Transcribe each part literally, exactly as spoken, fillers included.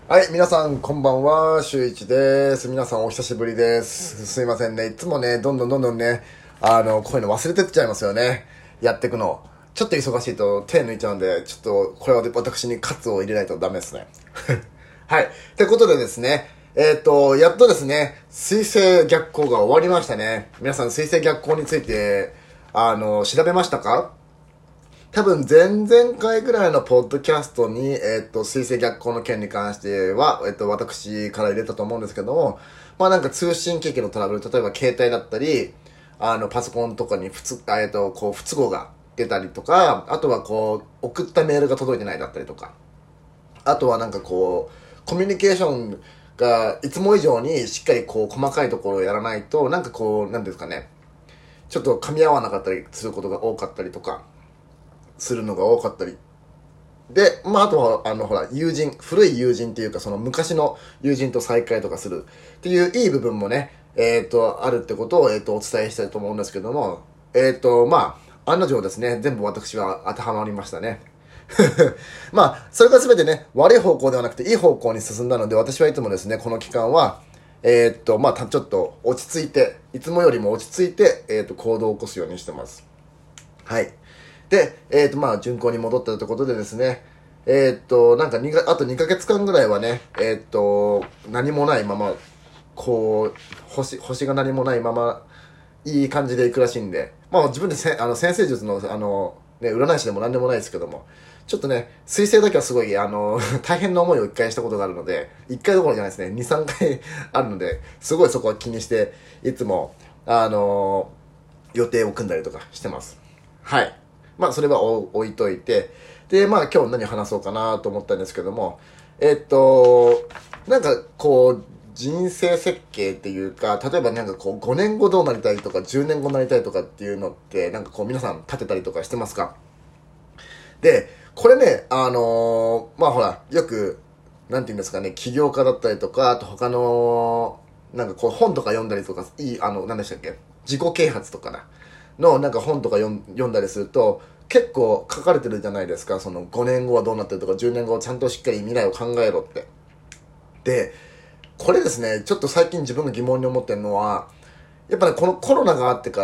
はい、皆さんこんばんは、しゅういちです。皆さんお久しぶりです。すいませんね、いつもね、どんどんどんどんね、あの、こういうの忘れてっちゃいますよね。やっていくの。ちょっと忙しいと手抜いちゃうんで、ちょっとこれは私に喝を入れないとダメですね。はい。ってことでですね、えっと、やっとですね、水星逆行が終わりましたね。皆さん水星逆行について、あの、調べましたか？多分前々回ぐらいのポッドキャストに、えっと、水星逆行の件に関しては、えっと、私から入れたと思うんですけども、まあなんか通信機器のトラブル、例えば携帯だったり、あの、パソコンとかに不つ、えっと、こう、不都合が出たりとか、あとはこう、送ったメールが届いてないだったりとか、あとはなんかこう、コミュニケーションがいつも以上にしっかりこう、細かいところをやらないと、なんかこう、なんですかね、ちょっと噛み合わなかったりすることが多かったりとか、するのが多かったり。で、まあ、あとは、あの、ほら、友人、古い友人っていうか、その昔の友人と再会とかするっていういい部分もね、えっと、あるってことを、えっと、お伝えしたいと思うんですけども、えっと、まあ、案の定ですね、全部私は当てはまりましたね。まあ、それが全てね、悪い方向ではなくて、いい方向に進んだので、私はいつもですね、この期間は、えっと、まあ、ちょっと落ち着いて、いつもよりも落ち着いて、えっと、行動を起こすようにしてます。はい。で、えっと、まあ、巡航に戻ったということでですね、えっと、なんかにが、あとにかげつかんぐらいはね、えっと、何もないまま、こう、星、星が何もないまま、いい感じでいくらしいんで、まあ自分でせ、あの、先生術の、あの、ね、占い師でも何でもないですけども、ちょっとね、水星だけはすごい、あの、大変な思いを一回したことがあるので、一回どころじゃないですね、二、三回あるので、すごいそこは気にして、いつも、あの、予定を組んだりとかしてます。はい。まあ、それは置いといて、で、まあ、今日何話そうかなと思ったんですけども、えっと、なんか、こう、人生設計っていうか、例えばなんかこう、ごねんごどうなりたいとか、じゅうねんごなりたいとかっていうのって、なんかこう、皆さん立てたりとかしてますか？で、これね、あのーまあほら、よく、なんていうんですかね、起業家だったりとか、あと他の、なんかこう本とか読んだりとか、いい、あの、なんでしたっけ、自己啓発とかな、の、なんか本とか読ん読んだりすると、結構書かれてるじゃないですか、そのごねんごはどうなってるとか、じゅうねんごはちゃんとしっかり未来を考えろって。で、これですね、ちょっと最近自分が疑問に思ってるのは、やっぱね、このコロナがあってから、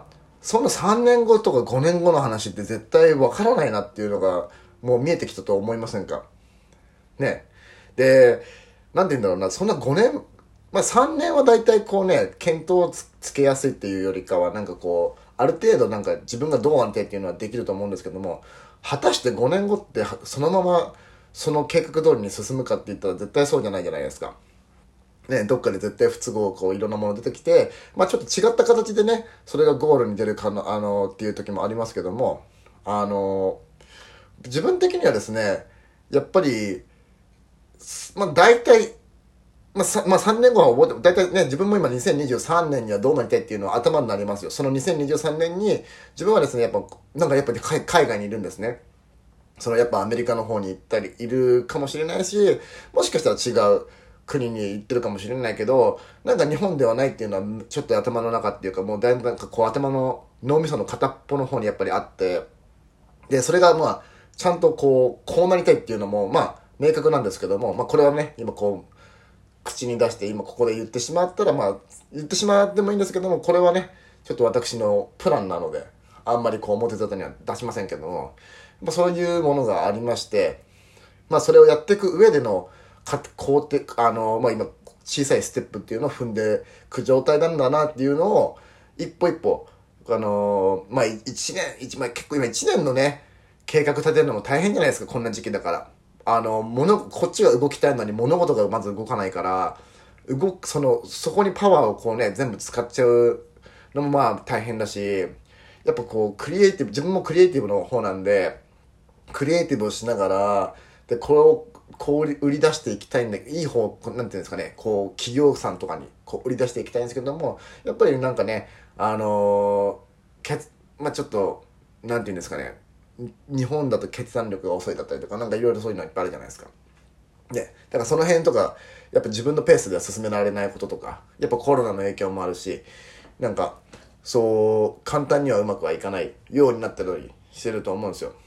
そんなさんねんごとかごねんごの話って絶対わからないなっていうのが、もう見えてきたと思いませんかね。で、なんて言うんだろうな、そんなごねん、まあさんねんは大体こうね、検討をつつけやすいっていうよりかは、なんかこう、ある程度なんか自分がどうあってっていうのはできると思うんですけども、果たしてごねんごってそのままその計画通りに進むかって言ったら絶対そうじゃないじゃないですか。ね、どっかで絶対不都合、こう、いろんなもの出てきて、まあちょっと違った形でね、それがゴールに出るかの、あの、っていう時もありますけども、あの、自分的にはですね、やっぱり、まあ大体、まあ、さまあ、さんねんごは覚えて、大体ね、自分も今にせんにじゅうさんねんにはどうなりたいっていうのは頭になりますよ。そのにせんにじゅうさんねんに、自分はですね、やっぱ、なんかやっぱり海海外にいるんですね。そのやっぱアメリカの方に行ったり、いるかもしれないし、もしかしたら違う国に行ってるかもしれないけど、なんか日本ではないっていうのは、ちょっと頭の中っていうか、もうだいぶなんかこう頭の脳みその片っぽの方にやっぱりあって、で、それがまあ、ちゃんとこう、こうなりたいっていうのも、まあ、明確なんですけども、まあこれはね、今こう、口に出して今ここで言ってしまったら、まあ、言ってしまってもいいんですけども、これはね、ちょっと私のプランなので、あんまりこう表沙汰には出しませんけども、まあ、そういうものがありまして、まあそれをやっていく上での、か工程、あの、まあ今、小さいステップっていうのを踏んでいく状態なんだなっていうのを、一歩一歩、あの、まあ一年、一、まあ結構今一年のね、計画立てるのも大変じゃないですか、こんな時期だから。あの、物、こっちが動きたいのに物事がまず動かないから、動く、その、そこにパワーをこうね、全部使っちゃうのもまあ大変だし、やっぱこう、クリエイティブ、自分もクリエイティブの方なんで、クリエイティブをしながら、で、これを、こう売り出していきたいんで、いい方、なんていうんですかね、こう、企業さんとかに、こう、売り出していきたいんですけども、やっぱりなんかね、あのー、けつ、まあちょっと、なんていうんですかね、日本だと決断力が遅いだったりとか、なんかいろいろそういうのいっぱいあるじゃないですか。で、だからその辺とか、やっぱ自分のペースでは進められないこととか、やっぱコロナの影響もあるし、なんか、そう、簡単にはうまくはいかないようになってたりしてると思うんですよ。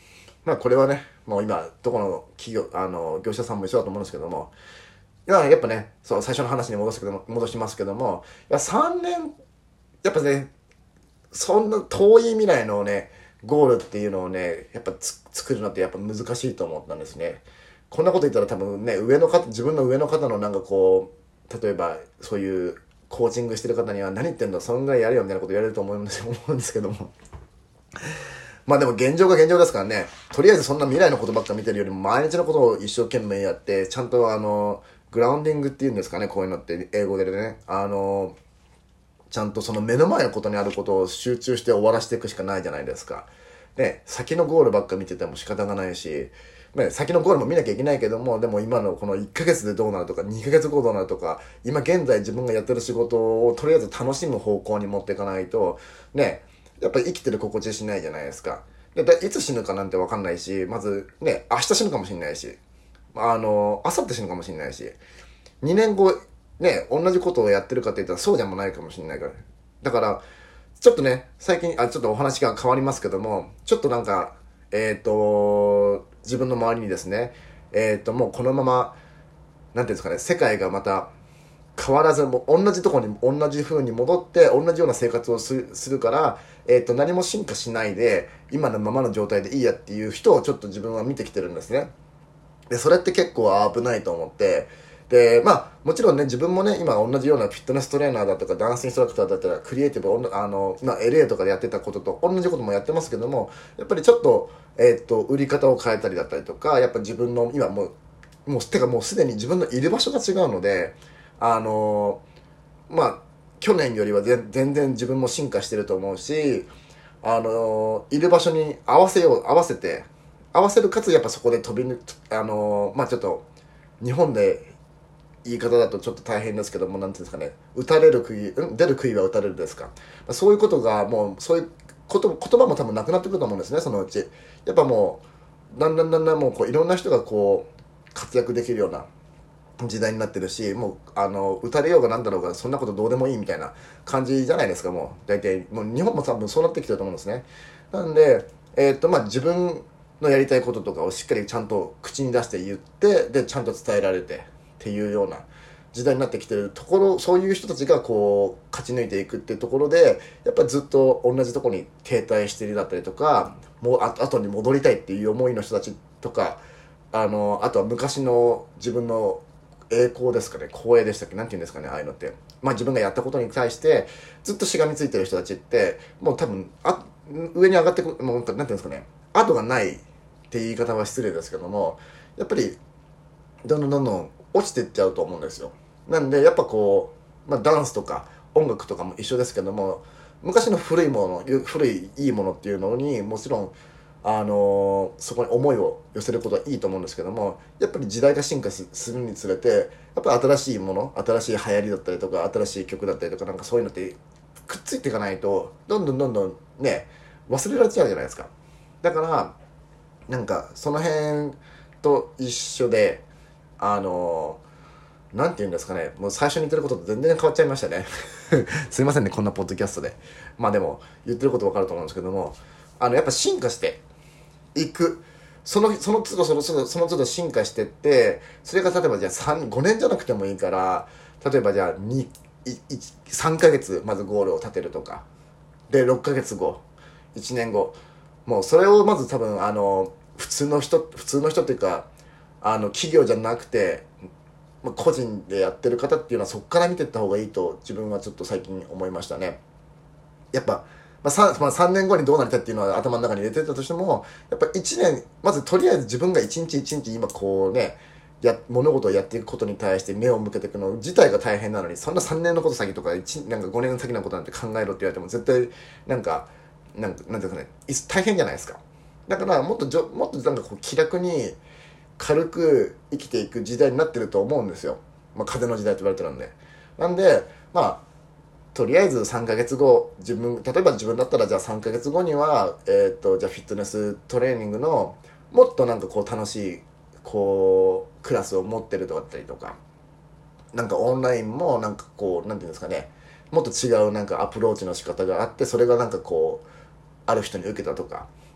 まあこれはね、もう今、どこの企業、あの、業者さんも一緒だと思うんですけども、いや、やっぱね、そう、最初の話に戻すけども、戻しますけども、いや、さんねん、やっぱね、そんな遠い未来のね、ゴールっていうのをね、やっぱつ作るのってやっぱ難しいと思ったんですね。こんなこと言ったら多分ね、上の方、自分の上の方のなんかこう、例えばそういうコーチングしてる方には何言ってんだ、そんぐらいやれよみたいなこと言われると思うんですよ、思うんですけども。まあでも現状が現状ですからね、とりあえずそんな未来のことばっか見てるよりも毎日のことを一生懸命やって、ちゃんとあの、グラウンディングっていうんですかね、こういうのって英語でね、あの、ちゃんとその目の前のことにあることを集中して終わらせていくしかないじゃないですか。ね、先のゴールばっか見てても仕方がないし、ね、先のゴールも見なきゃいけないけども、でも今のこのいっかげつでどうなるとか、にかげつごどうなるとか、今現在自分がやってる仕事をとりあえず楽しむ方向に持っていかないと、ね、やっぱり生きてる心地しないじゃないですか。で、いつ死ぬかなんてわかんないし、まずね、明日死ぬかもしれないし、あの、明後日死ぬかもしれないし、にねんご、ね、同じことをやってるかって言ったらそうじゃもないかもしれないから。だから、ちょっとね、最近、あ、ちょっとお話が変わりますけども、ちょっとなんか、えっ、と、自分の周りにですね、えっ、と、もうこのまま、なんていうんですかね、世界がまた変わらず、もう同じところに同じ風に戻って、同じような生活をするするから、えっ、と、何も進化しないで、今のままの状態でいいやっていう人をちょっと自分は見てきてるんですね。で、それって結構危ないと思って、で、まあ、もちろんね、自分もね、今同じようなフィットネストレーナーだとか、ダンスインストラクターだったら、クリエイティブ、おんあの、まあ、エルエー とかでやってたことと同じこともやってますけども、やっぱりちょっと、えーっと、売り方を変えたりだったりとか、やっぱ自分の、今もう、もう、てかもうすでに自分のいる場所が違うので、あの、まあ、去年よりは全全然自分も進化してると思うし、あのいる場所に合わせよう合わせて合わせるかつやっぱそこで飛び抜あのまあちょっと日本で言い方だとちょっと大変ですけども、なんていうんですかね、打たれる杭、うん、出る杭は打たれるですか、まあ、そういうことがもうそういうこと言葉も多分なくなってくると思うんですね、そのうち。やっぱもうだんだんだんだんもうこういろんな人がこう活躍できるような時代になってるし、もうあの打たれようがなんだろうがそんなことどうでもいいみたいな感じじゃないですか。もう大体もう日本も多分そうなってきてると思うんですね。なんで、えーっとまあ、自分のやりたいこととかをしっかりちゃんと口に出して言って、でちゃんと伝えられてっていうような時代になってきてるところ、そういう人たちがこう勝ち抜いていくっていうところで、やっぱりずっと同じところに停滞しているだったりとか、もうあ後に戻りたいっていう思いの人たちとか、あのあとは昔の自分の栄光ですかね、光栄でしたっけ、なんて言うんですかね、ああいうのって。まあ自分がやったことに対して、ずっとしがみついてる人たちって、もう多分、あ、上に上がってくる、もうなんて言うんですかね、後がないって言い方は失礼ですけども、やっぱり、どんどんどんどん落ちていっちゃうと思うんですよ。なんで、やっぱこう、まあダンスとか音楽とかも一緒ですけども、昔の古いもの、古いいいものっていうのにもちろんあのーそこに思いを寄せることはいいと思うんですけども、やっぱり時代が進化するにつれて、やっぱり新しいもの、新しい流行りだったりとか、新しい曲だったりとか、なんかそういうのってくっついていかないと、どんどんどんどんね、忘れられちゃうじゃないですか。だから、なんかその辺と一緒で、あのーなんて言うんですかね、もう最初に言ってることと全然変わっちゃいましたね。すいませんね、こんなポッドキャストで。まあでも、言ってることわかると思うんですけども、あの、やっぱ進化して、行く。その、その都度その都度、その都度進化してって、それが例えばじゃあさん、ごねんじゃなくてもいいから、例えばじゃあに、さんかげつまずゴールを立てるとか。で、ろっかげつご、いちねんご。もうそれをまず多分、あの、普通の人、普通の人っていうか、あの、企業じゃなくて、まあ個人でやってる方っていうのはそこから見ていった方がいいと自分はちょっと最近思いましたね。やっぱ、まあ 3, まあ、さんねんごにどうなりたいっていうのは頭の中に入れてたとしても、やっぱいちねん、まずとりあえず自分が一日一日今こうね、や物事をやっていくことに対して目を向けていくの自体が大変なのに、そんなさんねんのこと先とかいちなんかごねん先のことなんて考えろって言われても絶対なんかなんかなんていうかね、大変じゃないですか。だからもっとじょもっとなんかこう気楽に軽く生きていく時代になってると思うんですよ。まあ風の時代と言われてるんで。なんでまあとりあえずさんかげつご、自分、例えば自分だったらじゃあさんかげつごには、えっと、じゃあフィットネストレーニングの、もっとなんかこう楽しい、こう、クラスを持ってるとかだったりとか、なんかオンラインもなんかこう、なんていうんですかね、もっと違うなんかアプローチの仕方があって、それがなんかこう、ある人に受けたとか、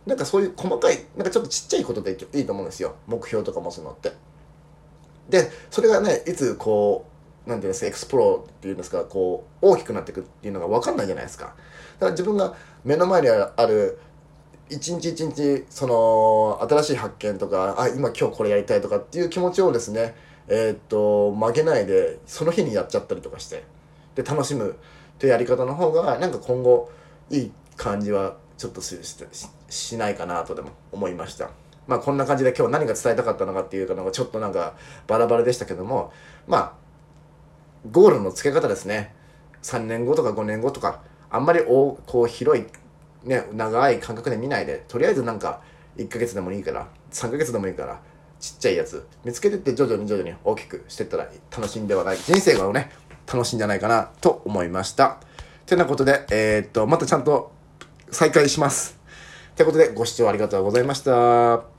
なんかそういう細かい、なんかちょっとちっちゃいことでいいと思うんですよ。目標とか持つのって。で、それがね、いつこう、なんていうんですか、エクスプローっていうんですか、こう、大きくなっていくっていうのが分かんないじゃないですか。だから自分が目の前にある、一日一日、その、新しい発見とか、あ、今今日これやりたいとかっていう気持ちをですね、えー、っと、曲げないで、その日にやっちゃったりとかして、で、楽しむというやり方の方が、なんか今後、いい感じは、ちょっとし、し、しないかなとでも思いました。まあこんな感じで今日何が伝えたかったのかっていうのがちょっとなんかバラバラでしたけども、まあ、ゴールの付け方ですね。さんねんごとかごねんごとか、あんまりこう広い、ね、長い間隔で見ないで、とりあえずなんかいっかげつでもいいから、さんかげつでもいいから、ちっちゃいやつ見つけてって徐々に徐々に大きくしていったら楽しいんではない、人生がね、楽しいんじゃないかなと思いました。てなことで、えー、っと、またちゃんと再開します。ということで、ご視聴ありがとうございました。